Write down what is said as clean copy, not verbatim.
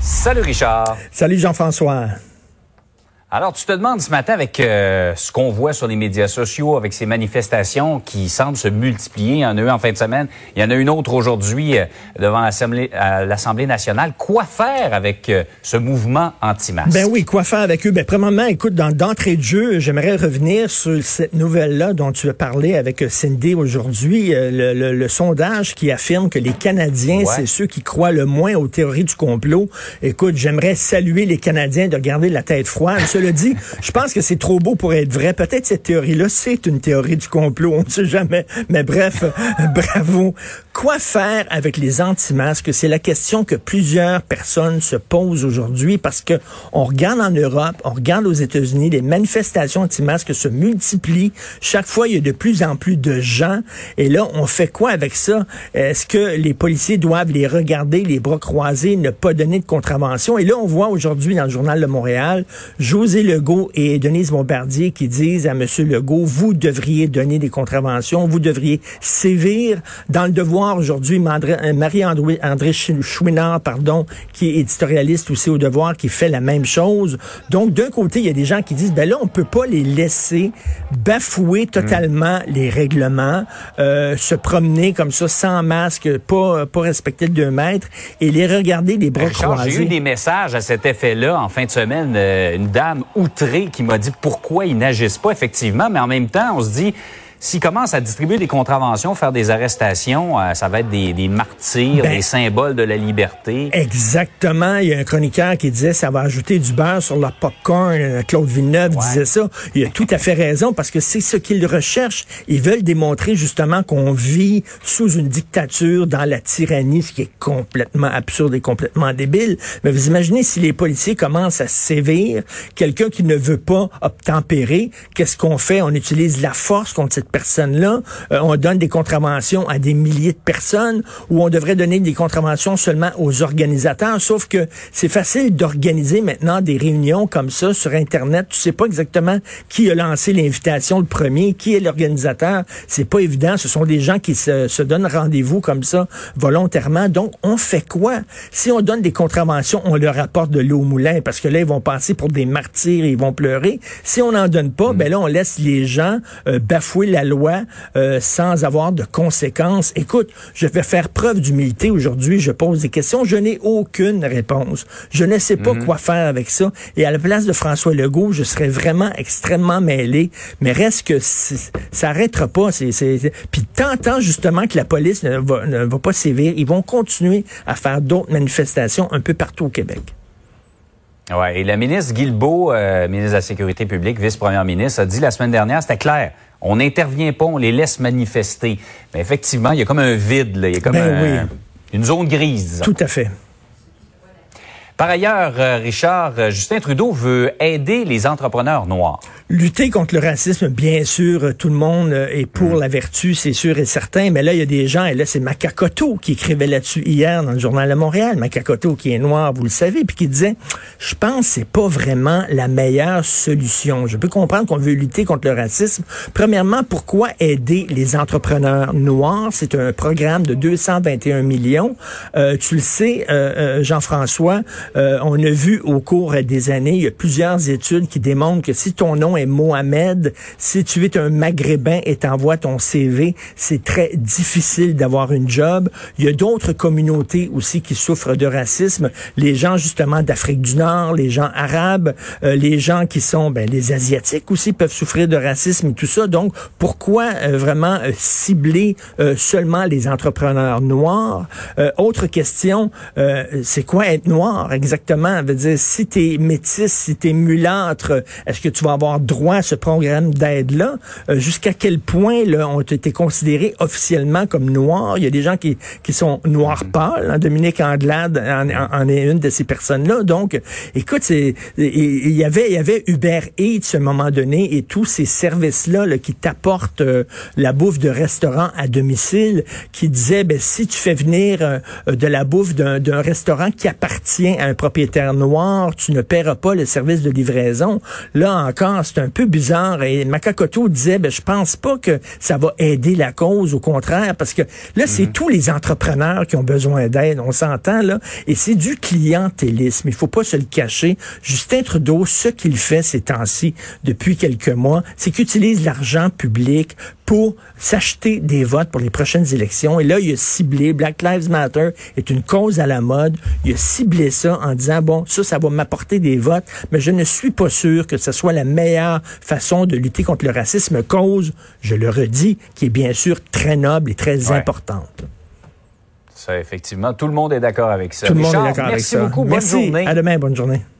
Salut Richard. Salut Jean-François. Alors, tu te demandes ce matin avec ce qu'on voit sur les médias sociaux, avec ces manifestations qui semblent se multiplier. Il y en a eu en fin de semaine, il y en a une autre aujourd'hui devant l'Assemblée nationale. Quoi faire avec ce mouvement anti-masque? Ben oui, quoi faire avec eux? Ben premièrement, écoute, d'entrée de jeu, j'aimerais revenir sur cette nouvelle-là dont tu as parlé avec Cindy aujourd'hui. Le sondage qui affirme que les Canadiens, c'est ceux qui croient le moins aux théories du complot. Écoute, j'aimerais saluer les Canadiens de garder la tête froide. Cela dit, je pense que c'est trop beau pour être vrai. Peut-être cette théorie-là, c'est une théorie du complot, on ne sait jamais. Mais bref, bravo. Quoi faire avec les anti-masques? C'est la question que plusieurs personnes se posent aujourd'hui parce que on regarde en Europe, on regarde aux États-Unis, les manifestations anti-masques se multiplient. Chaque fois, il y a de plus en plus de gens. Et là, on fait quoi avec ça? Est-ce que les policiers doivent les regarder, les bras croisés, ne pas donner de contravention? Et là, on voit aujourd'hui dans le Journal de Montréal, José Legault et Denise Bombardier qui disent à M. Legault, vous devriez donner des contraventions, vous devriez sévir. Dans le Devoir aujourd'hui, Marie-André Chouinard, qui est éditorialiste aussi au Devoir, qui fait la même chose. Donc, d'un côté, il y a des gens qui disent, ben là, on peut pas les laisser bafouer totalement les règlements, se promener comme ça, sans masque, pas respecter le 2 mètres, et les regarder les bras croisés. J'ai eu des messages à cet effet-là en fin de semaine. Une dame outrée qui m'a dit pourquoi ils n'agissent pas, effectivement, mais en même temps, on se dit, s'ils commencent à distribuer des contraventions, faire des arrestations, ça va être des martyrs, des symboles de la liberté. Exactement. Il y a un chroniqueur qui disait ça va ajouter du beurre sur leur popcorn. Claude Villeneuve disait ça. Il a tout à fait raison parce que c'est ce qu'ils recherchent. Ils veulent démontrer justement qu'on vit sous une dictature, dans la tyrannie, ce qui est complètement absurde et complètement débile. Mais vous imaginez si les policiers commencent à sévir, quelqu'un qui ne veut pas obtempérer, qu'est-ce qu'on fait? On utilise la force contre cette personne-là, on donne des contraventions à des milliers de personnes ou on devrait donner des contraventions seulement aux organisateurs, sauf que c'est facile d'organiser maintenant des réunions comme ça sur Internet. Tu sais pas exactement qui a lancé l'invitation le premier, qui est l'organisateur. C'est pas évident. Ce sont des gens qui se donnent rendez-vous comme ça volontairement. Donc, on fait quoi? Si on donne des contraventions, on leur apporte de l'eau au moulin parce que là, ils vont passer pour des martyrs et ils vont pleurer. Si on n'en donne pas, ben là, on laisse les gens bafouer la loi sans avoir de conséquences. Écoute, je vais faire preuve d'humilité aujourd'hui. Je pose des questions. Je n'ai aucune réponse. Je ne sais pas quoi faire avec ça. Et à la place de François Legault, je serais vraiment extrêmement mêlé. Mais reste que ça n'arrêtera pas. Puis tant justement que la police ne va pas sévir, ils vont continuer à faire d'autres manifestations un peu partout au Québec. Ouais, et la ministre Guilbeault, ministre de la Sécurité publique, vice-première ministre, a dit la semaine dernière, c'était clair, on n'intervient pas, on les laisse manifester. Mais effectivement, il y a comme un vide, là. Il y a comme une zone grise, disons. Tout à fait. Par ailleurs, Richard, Justin Trudeau veut aider les entrepreneurs noirs. Lutter contre le racisme, bien sûr, tout le monde est pour la vertu, c'est sûr et certain, mais là, il y a des gens, et là, c'est Makakoto qui écrivait là-dessus hier dans le Journal de Montréal, Makakoto qui est noir, vous le savez, puis qui disait, je pense que c'est pas vraiment la meilleure solution. Je peux comprendre qu'on veut lutter contre le racisme. Premièrement, pourquoi aider les entrepreneurs noirs? C'est un programme de 221 millions. Tu le sais, Jean-François, on a vu au cours des années, il y a plusieurs études qui démontrent que si ton nom est Mohamed, si tu es un Maghrébin et t'envoies ton CV, c'est très difficile d'avoir une job. Il y a d'autres communautés aussi qui souffrent de racisme. Les gens justement d'Afrique du Nord, les gens arabes, les gens qui sont, les Asiatiques aussi peuvent souffrir de racisme et tout ça. Donc, pourquoi vraiment cibler seulement les entrepreneurs noirs? Autre question, c'est quoi être noir exactement? Veut dire, si t'es métis, si t'es mulâtre, est-ce que tu vas avoir droit à ce programme d'aide-là? Jusqu'à quel point là, ont été considérés officiellement comme noirs? Il y a des gens qui sont noirs pâles. Hein? Dominique Anglade en est une de ces personnes-là. Donc, écoute, il y avait Uber Eats à un moment donné et tous ces services-là là, qui t'apportent la bouffe de restaurant à domicile, qui disaient, si tu fais venir de la bouffe d'un restaurant qui appartient à un propriétaire noir, tu ne paieras pas le service de livraison. Là encore, c'est c'est un peu bizarre. Et Makakoto disait, je pense pas que ça va aider la cause, au contraire, parce que là, c'est tous les entrepreneurs qui ont besoin d'aide, on s'entend, là, et c'est du clientélisme. Il faut pas se le cacher. Justin Trudeau, ce qu'il fait ces temps-ci, depuis quelques mois, c'est qu'il utilise l'argent public pour s'acheter des votes pour les prochaines élections. Et là, il a ciblé, Black Lives Matter est une cause à la mode. Il a ciblé ça en disant, bon, ça va m'apporter des votes, mais je ne suis pas sûr que ce soit la meilleure façon de lutter contre le racisme, cause, je le redis, qui est bien sûr très noble et très importante. Ça, effectivement, tout le monde est d'accord avec ça. Tout le monde Richard, est d'accord avec ça. Merci beaucoup, bonne journée. À demain, bonne journée.